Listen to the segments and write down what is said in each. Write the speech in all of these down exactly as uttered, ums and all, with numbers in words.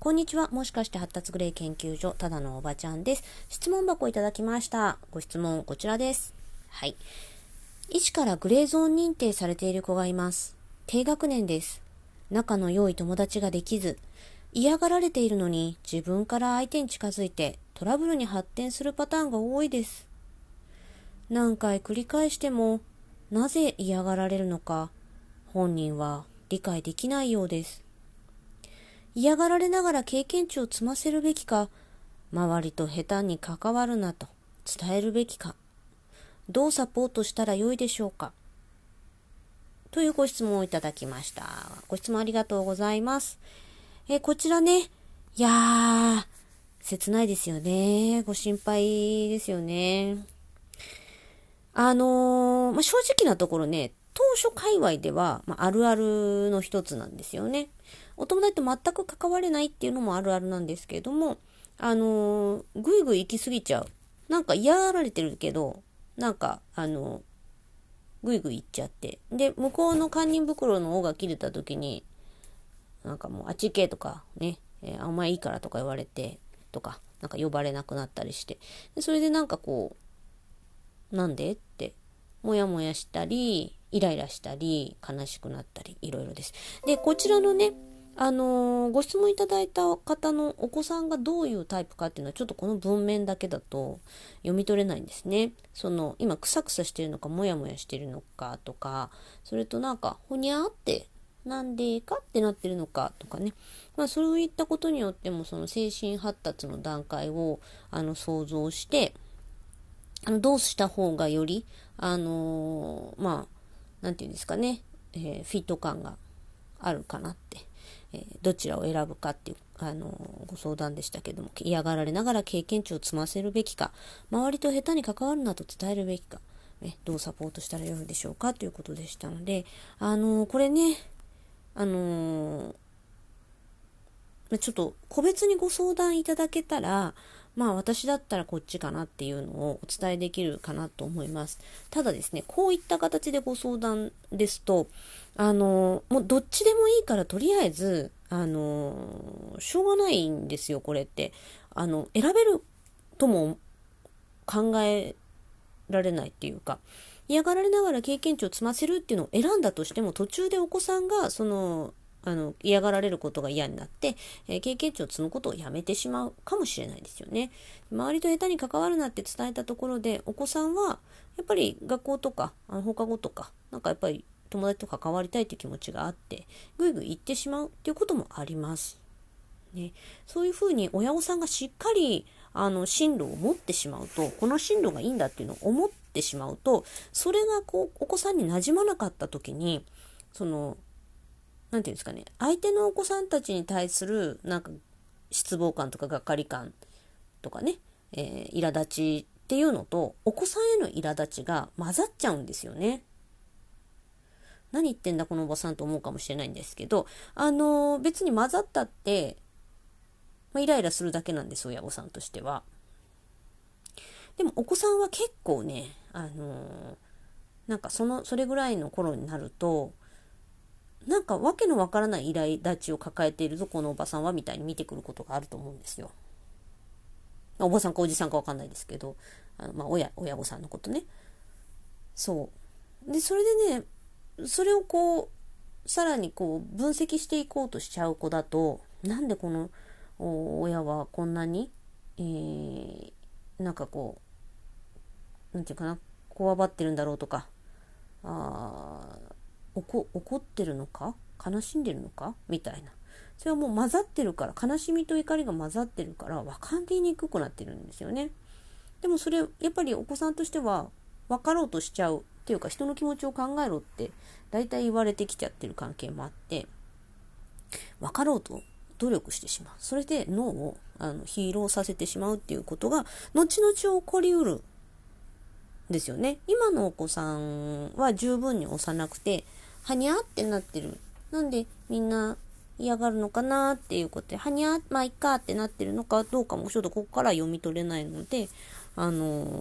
こんにちは。もしかして発達グレー研究所、ただのおばちゃんです。質問箱いただきました。ご質問こちらです。はい。医師からグレーゾーン認定されている子がいます。低学年です。仲の良い友達ができず、嫌がられているのに自分から相手に近づいてトラブルに発展するパターンが多いです。何回繰り返しても、なぜ嫌がられるのか、本人は理解できないようです。嫌がられながら経験値を積ませるべきか、周りと下手に関わるなと伝えるべきか、どうサポートしたらよいでしょうか、というご質問をいただきました。ご質問ありがとうございます。えこちらね、いやー、切ないですよね。ご心配ですよね。あのーまあ、正直なところね、当初界隈では、まあ、あるあるの一つなんですよね。お友達と全く関われないっていうのもあるあるなんですけれども、あのー、ぐいぐい行き過ぎちゃう。なんか嫌がられてるけど、なんか、あのー、ぐいぐい行っちゃって。で、向こうの堪忍袋の尾が切れた時に、なんかもう、あっち行けとかね、えー、お前いいからとか言われて、とか、なんか呼ばれなくなったりして。でそれでなんかこう、なんでって、もやもやしたり、イライラしたり、悲しくなったり、いろいろです。で、こちらのね、あのー、ご質問いただいた方のお子さんがどういうタイプかっていうのはちょっとこの文面だけだと読み取れないんですね。その今クサクサしてるのかもやもやしてるのかとか、それとなんかほにゃーってなんでかってなってるのかとかね、まあそういったことによってもその精神発達の段階をあの想像してあのどうした方がよりあのー、まあなんていうんですかね、えー、フィット感があるかなって、えー、どちらを選ぶかっていう、あのー、ご相談でしたけども、嫌がられながら経験値を積ませるべきか、周りと下手に関わるなと伝えるべきか、ね、どうサポートしたらよいでしょうかということでしたので、あのー、これね、あのー、ちょっと個別にご相談いただけたら、まあ私だったらこっちかなっていうのをお伝えできるかなと思います。ただですね、こういった形でご相談ですと、あの、もうどっちでもいいからとりあえず、あの、しょうがないんですよ、これって。あの、選べるとも考えられないっていうか、嫌がられながら経験値を積ませるっていうのを選んだとしても、途中でお子さんが、その、あの嫌がられることが嫌になって、えー、経験値を積むことをやめてしまうかもしれないですよね。周りと下手に関わるなって伝えたところでお子さんはやっぱり学校とかあの放課後とかなんかやっぱり友達と関わりたいという気持ちがあってぐいぐい行ってしまうっていうこともあります、ね、そういうふうに親御さんがしっかりあの進路を持ってしまうと、この進路がいいんだっていうのを思ってしまうと、それがこうお子さんに馴染まなかった時にそのなんていうんですかね、相手のお子さんたちに対するなんか失望感とかがっかり感とかね、えー、苛立ちっていうのとお子さんへの苛立ちが混ざっちゃうんですよね。何言ってんだこのおばさんと思うかもしれないんですけど、あのー、別に混ざったって、まあ、イライラするだけなんです親御さんとしては。でもお子さんは結構ね、あのー、なんかそのそれぐらいの頃になるとなんかわけのわからない苛立ちを抱えているぞこのおばさんはみたいに見てくることがあると思うんですよ。おばさんかおじさんかわかんないですけど、あのまあ親親御さんのことね。そうでそれでね、それをこうさらにこう分析していこうとしちゃう子だと、なんでこの親はこんなに、えー、なんかこうなんていうかな、こわばってるんだろうとか、あ怒怒ってるのか悲しんでるのかみたいな、それはもう混ざってるから、悲しみと怒りが混ざってるから分かりにくくなってるんですよね。でもそれやっぱりお子さんとしては分かろうとしちゃうっていうか、人の気持ちを考えろって大体言われてきちゃってる関係もあって、分かろうと努力してしまう、それで脳をあの疲労させてしまうっていうことが後々起こりうるですよね。今のお子さんは十分に幼くてはにゃってなってる。なんでみんな嫌がるのかなっていうことで、はにゃまあいっかってなってるのかどうかもちょっとここから読み取れないので、あのー、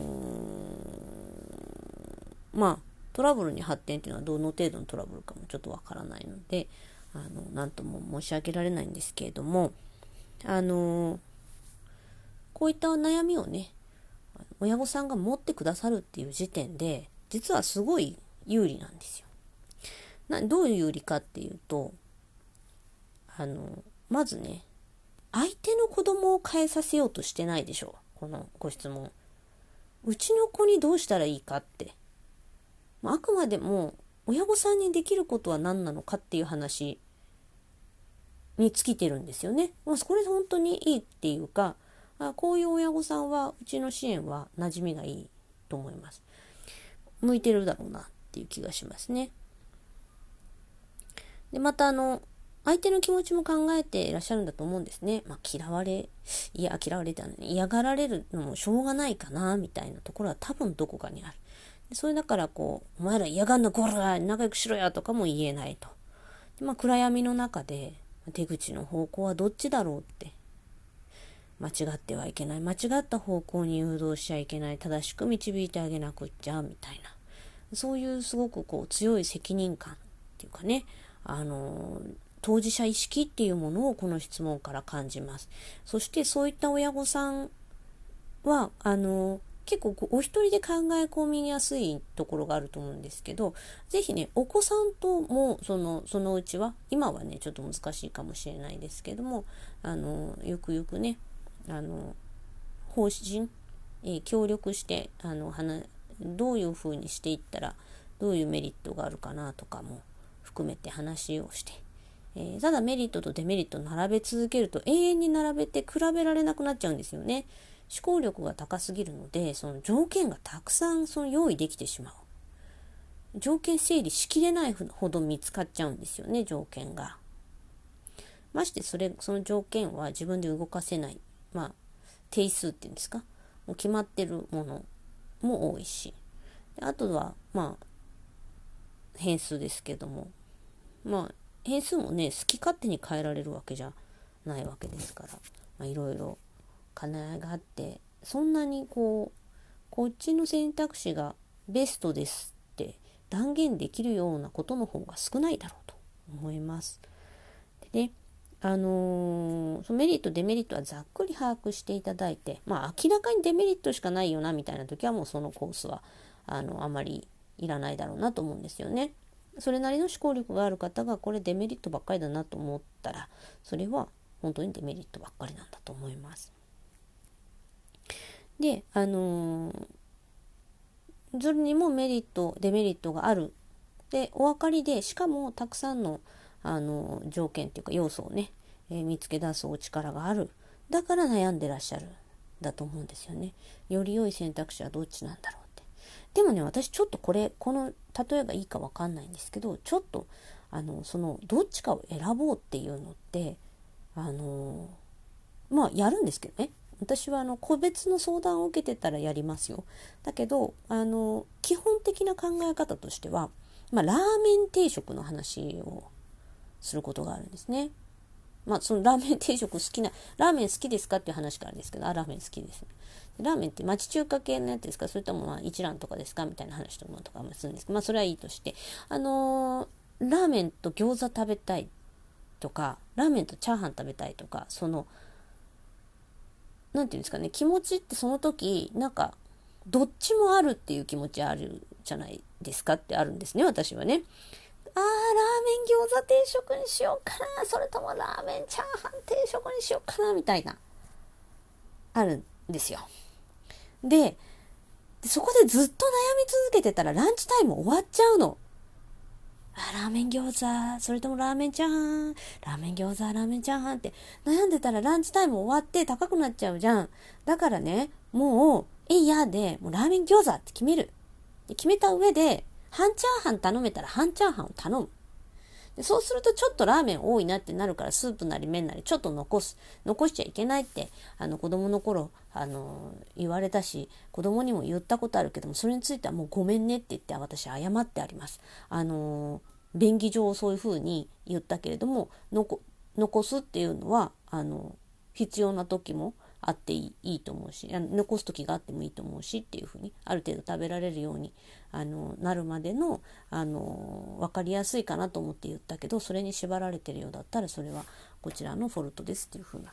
まあトラブルに発展っていうのはどの程度のトラブルかもちょっとわからないので、あのなんとも申し上げられないんですけれども、 あのー、こういった悩みをね、親御さんが持ってくださるっていう時点で、実はすごい有利なんですよ。などういう有利かっていうと、あの、まずね、相手の子供を変えさせようとしてないでしょう。このご質問。うちの子にどうしたらいいかって。あくまでも親御さんにできることは何なのかっていう話に尽きてるんですよね。まあ、これ本当にいいっていうか、あ、こういう親御さんはうちの支援は馴染みがいいと思います。向いてるだろうなっていう気がしますね。で、またあの、相手の気持ちも考えていらっしゃるんだと思うんですね。まあ、嫌われ、いや、嫌われたね。嫌がられるのもしょうがないかな、みたいなところは多分どこかにある。それだからこう、お前ら嫌がんな、こら、仲良くしろやとかも言えないと。で、まあ、暗闇の中で、出口の方向はどっちだろうって。間違ってはいけない。間違った方向に誘導しちゃいけない。正しく導いてあげなくっちゃ、みたいな。そういうすごくこう、強い責任感っていうかね、あのー、当事者意識っていうものをこの質問から感じます。そしてそういった親御さんは、あの、結構お一人で考え込みやすいところがあると思うんですけど、ぜひね、お子さんとも、その、そのうちは、今はね、ちょっと難しいかもしれないですけども、あの、ゆくゆくね、あの、方針、えー、協力して、あの、どういうふうにしていったら、どういうメリットがあるかなとかも含めて話をして、えー、ただメリットとデメリットを並べ続けると永遠に並べて比べられなくなっちゃうんですよね。思考力が高すぎるので、その条件がたくさんその用意できてしまう。条件整理しきれないほど見つかっちゃうんですよね、条件が。ましてそれ、その条件は自分で動かせない。まあ、定数っていうんですか。もう決まってるものも多いし。あとは、まあ、変数ですけども。まあ、変数もね、好き勝手に変えられるわけじゃないわけですから、まあ、いろいろ兼ね合いがあって、そんなにこう、こっちの選択肢がベストですって断言できるようなことの方が少ないだろうと思います。でね、あのー、そのメリットデメリットはざっくり把握していただいて、まあ明らかにデメリットしかないよなみたいな時はもうそのコースはあのあまりいらないだろうなと思うんですよね。それなりの思考力がある方がこれデメリットばっかりだなと思ったら、それは本当にデメリットばっかりなんだと思います。で、あのー、それにもメリットデメリットがあるでお分かりで、しかもたくさんの、あのー、条件っていうか要素をね、えー、見つけ出すお力がある。だから悩んでらっしゃるだと思うんですよね。より良い選択肢はどっちなんだろうって。でもね、私ちょっとこれこの例えがいいか分かんないんですけど、ちょっとあのそのどっちかを選ぼうっていうのってあのー、まあやるんですけどね。私はあの個別の相談を受けてたらやりますよ。だけどあの基本的な考え方としては、まあ、ラーメン定食の話をすることがあるんですね。まあそのラーメン定食好きな、ラーメン好きですかっていう話からですけど、あ、ラーメン好きです。ラーメンって町中華系のやつですか、それともまあ一蘭とかですかみたいな話とかとかもするんですけど、まあそれはいいとして、あのー、ラーメンと餃子食べたいとか、ラーメンとチャーハン食べたいとか、そのなんていうんですかね、気持ちってその時なんかどっちもあるっていう気持ちあるじゃないですかってあるんですね、私はね。あー、ラーメン餃子定食にしようかな、それともラーメンチャーハン定食にしようかなみたいなあるんですよ。で、そこでずっと悩み続けてたらランチタイム終わっちゃうの。あ、ラーメン餃子、それともラーメンチャーハン、ラーメン餃子、ラーメンチャーハンって悩んでたらランチタイム終わって高くなっちゃうじゃん。だからね、もう、えいやで、もうラーメン餃子って決める。で決めた上で、半チャーハン頼めたら半チャーハンを頼む。でそうするとちょっとラーメン多いなってなるから、スープなり麺なりちょっと残す。残しちゃいけないって、あの子供の頃、あの言われたし、子供にも言ったことあるけども、それについてはもうごめんねって言って私謝ってあります。あの便宜上そういうふうに言ったけれども、残、残すっていうのは、あの必要な時もあっていい、いいと思うし、あの残す時があってもいいと思うしっていうふうに、ある程度食べられるようにあのなるまでのあの分かりやすいかなと思って言ったけど、それに縛られてるようだったらそれはこちらのフォルトですっていうふうな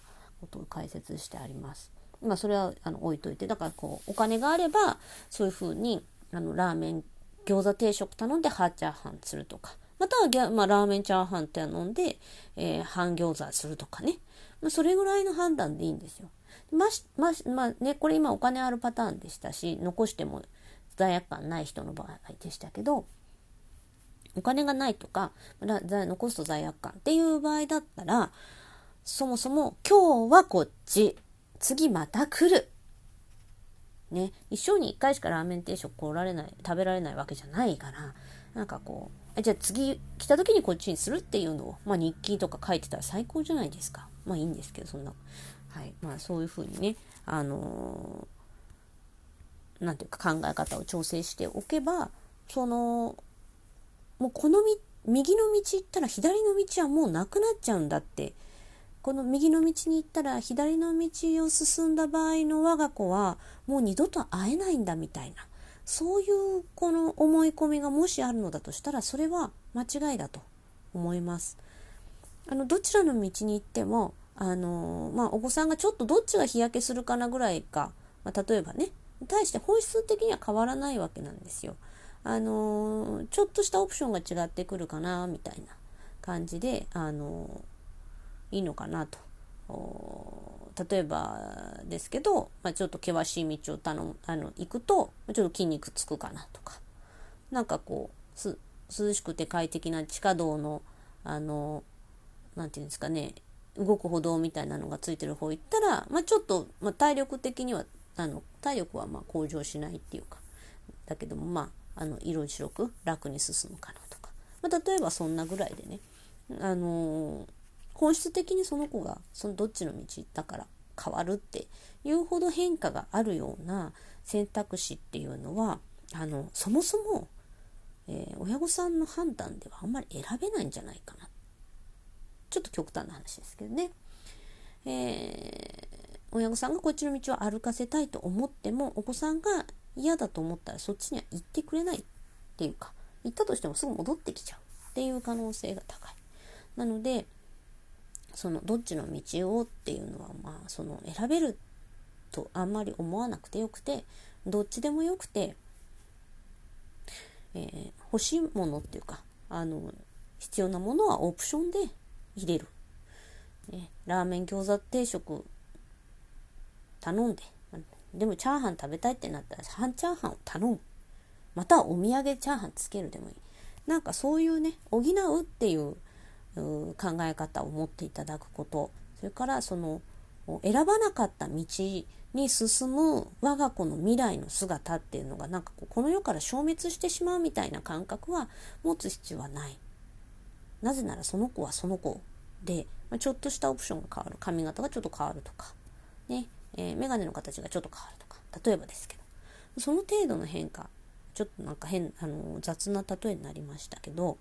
ことを解説してあります。まあそれはあの置いといて、だからこうお金があればそういうふうにあのラーメン餃子定食頼んでハーチャーハンするとか、またはギャ、まあ、ラーメンチャーハンって頼んで、えー、半餃子するとかね、まあ、それぐらいの判断でいいんですよ。まし、まし、まあね、これ今お金あるパターンでしたし、残しても罪悪感ない人の場合でしたけど、お金がないとか残すと罪悪感っていう場合だったら、そもそも今日はこっち、次また来るね、一生に一回しかラーメン定食来られない食べられないわけじゃないから、なんかこうじゃあ次来た時にこっちにするっていうのを、まあ、日記とか書いてたら最高じゃないですか。まあいいんですけど、そんな、はいまあ、そういうふうにね、あのー、なんていうか考え方を調整しておけば、そのもうこのみ右の道行ったら左の道はもうなくなっちゃうんだって、この右の道に行ったら左の道を進んだ場合の我が子はもう二度と会えないんだみたいな、そういうこの思い込みがもしあるのだとしたら、それは間違いだと思います。あのどちらの道に行っても、あのーまあ、お子さんがちょっとどっちが日焼けするかなぐらいか、まあ、例えばね、対して本質的には変わらないわけなんですよ。あのー、ちょっとしたオプションが違ってくるかなみたいな感じで、あのーいいのかなと。例えばですけど、まあ、ちょっと険しい道を頼むあの行くとちょっと筋肉つくかなとか、なんかこうす涼しくて快適な地下道のあのなんていうんですかね、動く歩道みたいなのがついてる方行ったら、まあ、ちょっと、まあ、体力的にはあの体力はまあ向上しないっていうか、だけどもまああの色白く楽に進むかなとか、まあ、例えばそんなぐらいでね、あのー本質的にその子がそのどっちの道行ったから変わるっていうほど変化があるような選択肢っていうのは、あのそもそも、えー、親御さんの判断ではあんまり選べないんじゃないかな。ちょっと極端な話ですけどね、えー、親御さんがこっちの道を歩かせたいと思っても、お子さんが嫌だと思ったらそっちには行ってくれないっていうか、行ったとしてもすぐ戻ってきちゃうっていう可能性が高い。なのでそのどっちの道をっていうのは、まあその選べるとあんまり思わなくてよくて、どっちでもよくて、えー、欲しいものっていうか、あの必要なものはオプションで入れる、ね、ラーメン餃子定食頼んで、でもチャーハン食べたいってなったら半チャーハンを頼む、またはお土産チャーハンつけるでもいい。なんかそういうね、補うっていう考え方を持っていただくこと、それからその選ばなかった道に進む我が子の未来の姿っていうのがなんかこうこの世から消滅してしまうみたいな感覚は持つ必要はない。なぜならその子はその子で、ちょっとしたオプションが変わる、髪型がちょっと変わるとかね、えー、眼鏡の形がちょっと変わるとか、例えばですけど、その程度の変化、ちょっとなんか変あの雑な例えになりましたけど、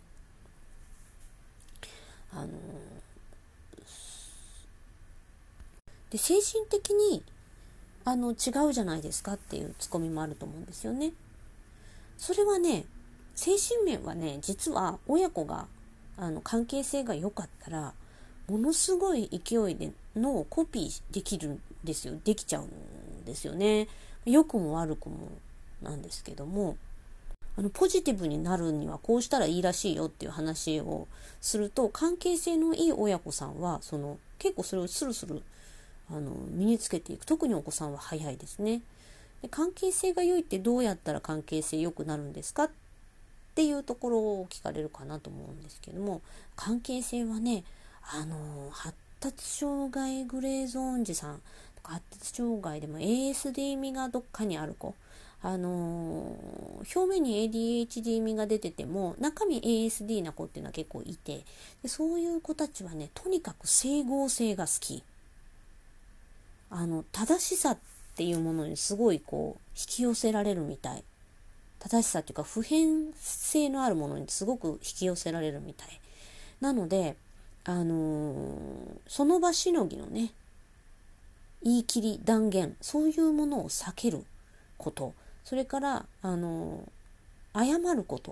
あので精神的にあの違うじゃないですかっていうツッコミもあると思うんですよね。それはね、精神面はね、実は親子があの関係性が良かったらものすごい勢いでのコピーできるんですよ。できちゃうんですよね。良くも悪くもなんですけども、あのポジティブになるにはこうしたらいいらしいよっていう話をすると、関係性のいい親子さんはその結構それをスルスルあの身につけていく。特にお子さんは早いですね。で、関係性が良いってどうやったら関係性良くなるんですかっていうところを聞かれるかなと思うんですけども、関係性はね、あの発達障害グレーゾーン児さんとか、発達障害でも エーエスディー 味がどっかにある子、あのー、表面に エーディーエイチディー 味が出てても中身 エーエスディー な子っていうのは結構いて、でそういう子たちはね、とにかく整合性が好き、あの正しさっていうものにすごいこう引き寄せられるみたい。正しさっていうか普遍性のあるものにすごく引き寄せられるみたいなので、あのー、その場しのぎのね、言い切り断言、そういうものを避けること、それからあのー、謝ること、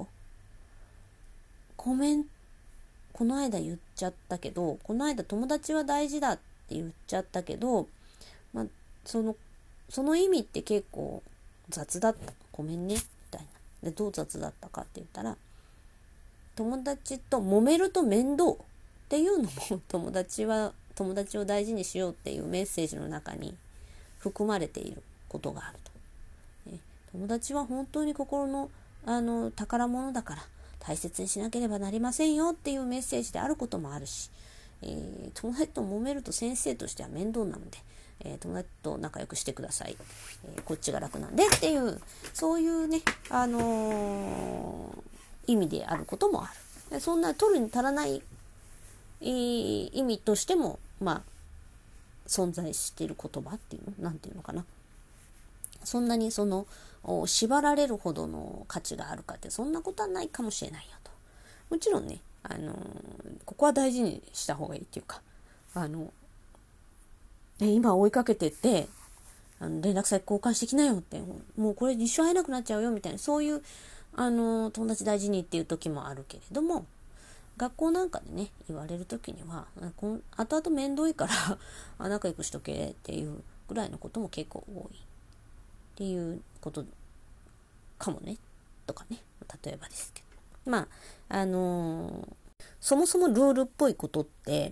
ごめんこの間言っちゃったけど、この間友達は大事だっって言っちゃったけど、まあ、そのその意味って結構雑だった。ごめんねみたいな。でどう雑だったかって言ったら、友達と揉めると面倒っていうのも友達は友達を大事にしようっていうメッセージの中に含まれていることがあると。ね、友達は本当に心のあの宝物だから大切にしなければなりませんよっていうメッセージであることもあるし、えー、友達と揉めると先生としては面倒なので、えー、友達と仲良くしてください、えー、こっちが楽なんでっていうそういうね、あのー、意味であることもある。そんな取るに足らない、えー、意味としてもまあ存在している言葉っていうのなんていうのかな、そんなにその縛られるほどの価値があるかってそんなことはないかもしれないよと。もちろんね、あのー、ここは大事にした方がいいっていうか、あの、ね、今追いかけてってあの連絡先交換してきなよって、もうこれ一生会えなくなっちゃうよみたいな、そういうあのー、友達大事にっていう時もあるけれども、学校なんかでね言われる時には後々面倒いから仲良くしとけっていうぐらいのことも結構多いっていうことかもねとかね、例えばですけど、まああのー、そもそもルールっぽいことって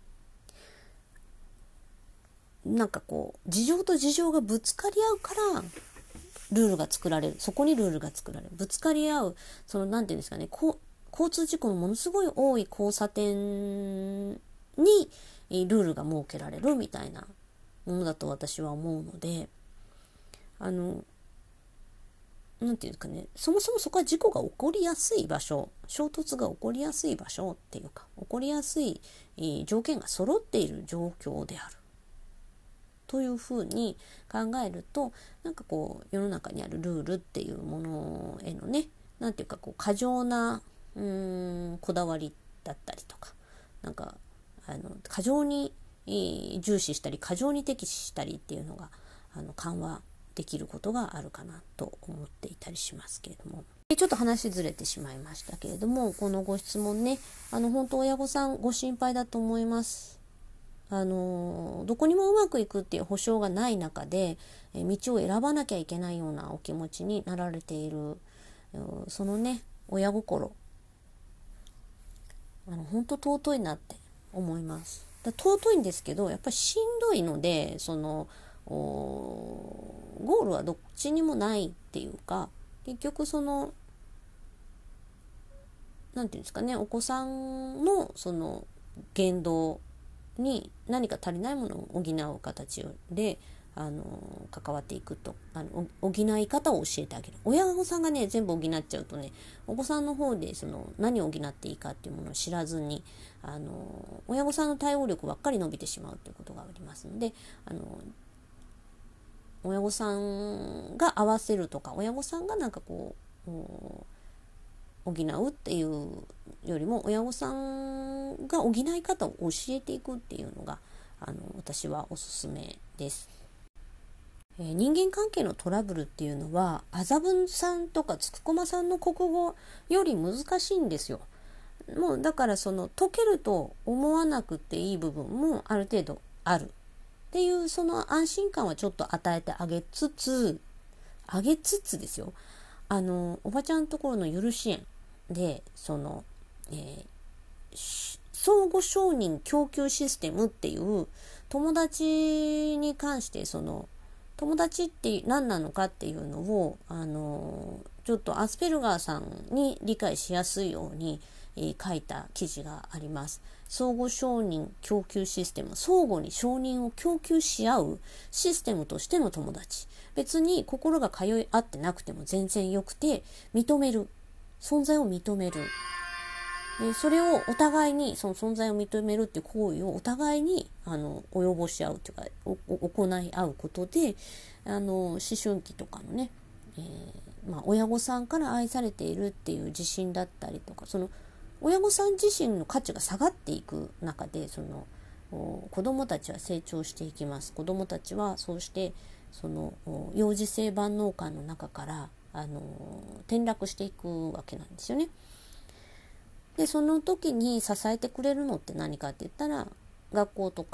なんかこう事情と事情がぶつかり合うからルールが作られる、そこにルールが作られる、ぶつかり合う、そのなんていうんですかね、こう交通事故のものすごい多い交差点にルールが設けられるみたいなものだと私は思うので、あのなんていうんですかね、そもそもそこは事故が起こりやすい場所、衝突が起こりやすい場所っていうか、起こりやすい、えー、条件が揃っている状況であるというふうに考えると、なんかこう世の中にあるルールっていうものへのね、なんていうかこう過剰なうーんこだわりだったりとか、なんかあの過剰に、えー、重視したり過剰に敵視したりっていうのがあの緩和できることがあるかなと思っていたりしますけれども、ちょっと話ずれてしまいましたけれども、このご質問ね、あの本当親御さんご心配だと思います。あのどこにもうまくいくっていう保証がない中でえ道を選ばなきゃいけないようなお気持ちになられている、そのね親心、あの本当尊いなって思います。だ尊いんですけど、やっぱりしんどいので、そのゴールはどっちにもないっていうか、結局そのなんていうんですかね、お子さんのその言動に何か足りないものを補う形であの関わっていくと、あの補い方を教えてあげる。親御さんがね全部補っちゃうとね、お子さんの方でその何を補っていいかっていうものを知らずに、あの親御さんの対応力ばっかり伸びてしまうということがありますので、あの親御さんが合わせるとか、親御さんがなんかこう補うっていうよりも、親御さんが補い方を教えていくっていうのがあの私はおすすめです。えー、人間関係のトラブルっていうのは麻布さんとかつくこまさんの国語より難しいんですよ。もうだからその解けると思わなくていい部分もある程度あるっていう、その安心感はちょっと与えてあげつつあげつつですよ。あのおばちゃんのところのゆる支援でその、えー、相互承認供給システムっていう友達に関してその友達って何なのかっていうのをあのちょっとアスペルガーさんに理解しやすいように、えー、書いた記事があります。相互承認供給システム、相互に承認を供給し合うシステムとしての友達、別に心が通い合ってなくても全然よくて、認める、存在を認める、でそれをお互いにその存在を認めるっていう行為をお互いにあの及ぼし合うというかお行い合うことで、あの思春期とかのね、えーまあ、親御さんから愛されているっていう自信だったりとか、その親御さん自身の価値が下がっていく中で、その子どもたちは成長していきます。子どもたちはそうしてその幼児性万能感の中からあの転落していくわけなんですよね。でその時に支えてくれるのって何かって言ったら学校とか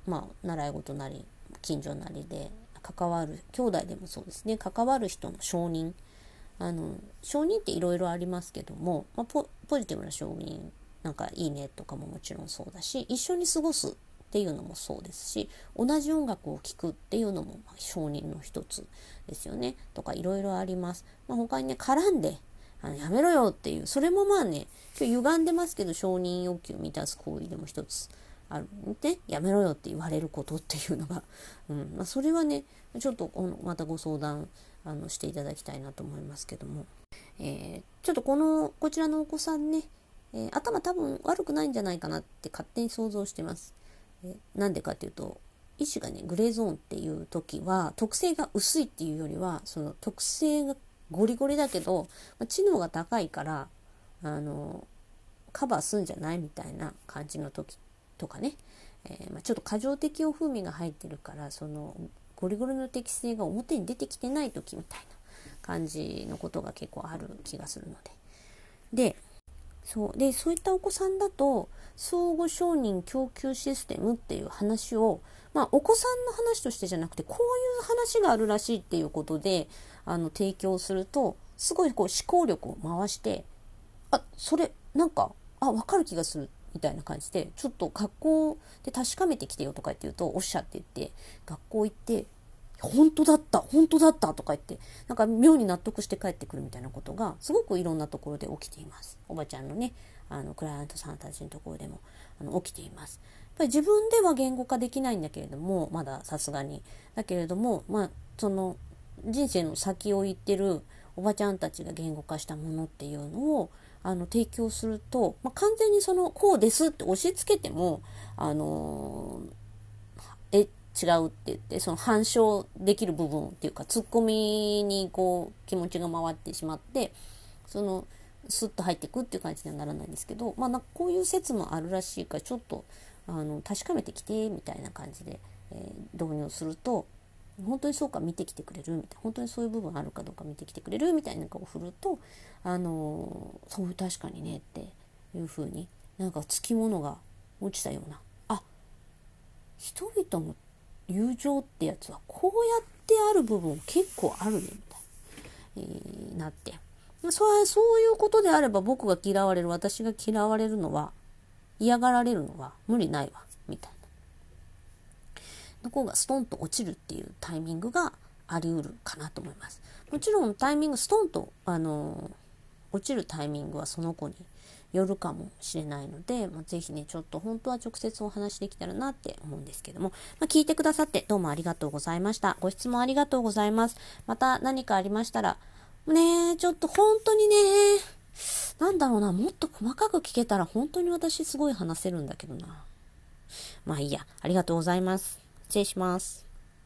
まあ、習い事なり、近所なりで関わる、兄弟でもそうですね、関わる人の承認。あの、承認っていろいろありますけども、まあ、ポ、ポジティブな承認、なんかいいねとかももちろんそうだし、一緒に過ごすっていうのもそうですし、同じ音楽を聴くっていうのも承認の一つですよね。とかいろいろあります。まあ、他にね、絡んで、あのやめろよっていう、それもまあね、今日歪んでますけど、承認欲求を満たす行為でも一つあるんで、やめろよって言われることっていうのが、うんまあ、それはね、ちょっとまたご相談あのしていただきたいなと思いますけども、えー、ちょっとこのこちらのお子さんね、えー、頭多分悪くないんじゃないかなって勝手に想像してます。えー、なんでかっていうと、意思がねグレーゾーンっていう時は特性が薄いっていうよりは、その特性がゴリゴリだけど、まあ、知能が高いからあのカバーすんじゃないみたいな感じの時とかね、えーまあ、ちょっと過剰適応風味が入ってるから、そのゴリゴリの適性が表に出てきてない時みたいな感じのことが結構ある気がするので。で、そうでそういったお子さんだと相互承認供給システムっていう話を、まあ、お子さんの話としてじゃなくて、こういう話があるらしいっていうことであの提供すると、すごいこう思考力を回して、あ、それなんかあ分かる気がするみたいな感じで、ちょっと学校で確かめてきてよとか言って言うと、おっしゃって言って学校行って、本当だった本当だったとか言って、なんか妙に納得して帰ってくるみたいなことがすごくいろんなところで起きています。おばちゃんのね、あのクライアントさんたちのところでもあの起きています。やっぱり自分では言語化できないんだけれども、まださすがにだけれども、まあその人生の先を言ってるおばちゃんたちが言語化したものっていうのをあの提供すると、まあ、完全にそのこうですって押し付けてもあのー、え違うって言って、その反証できる部分っていうか、ツッコミにこう気持ちが回ってしまって、そのスッと入っていくっていう感じにはならないんですけど、まあなんかこういう説もあるらしいから、ちょっとあの確かめてきてみたいな感じで、えー、導入すると、本当にそうか見てきてくれるみたいな、本当にそういう部分あるかどうか見てきてくれるみたいなのを振ると、あのー、そう確かにねっていう風に、なんかつきものが落ちたような、あ、人々の友情ってやつはこうやってある部分結構あるねみたいな、えー、なって、そうそういうことであれば、僕が嫌われる、私が嫌われるのは、嫌がられるのは無理ないわみたいな、どこがストンと落ちるっていうタイミングがあり得るかなと思います。もちろんタイミングストンとあの落ちるタイミングはその子によるかもしれないので、まあ、ぜひねちょっと本当は直接お話できたらなって思うんですけども、まあ、聞いてくださってどうもありがとうございました。ご質問ありがとうございます。また何かありましたらねえ、ちょっと本当にね、なんだろうな、もっと細かく聞けたら本当に私すごい話せるんだけどな。まあいいや、ありがとうございます。失礼します。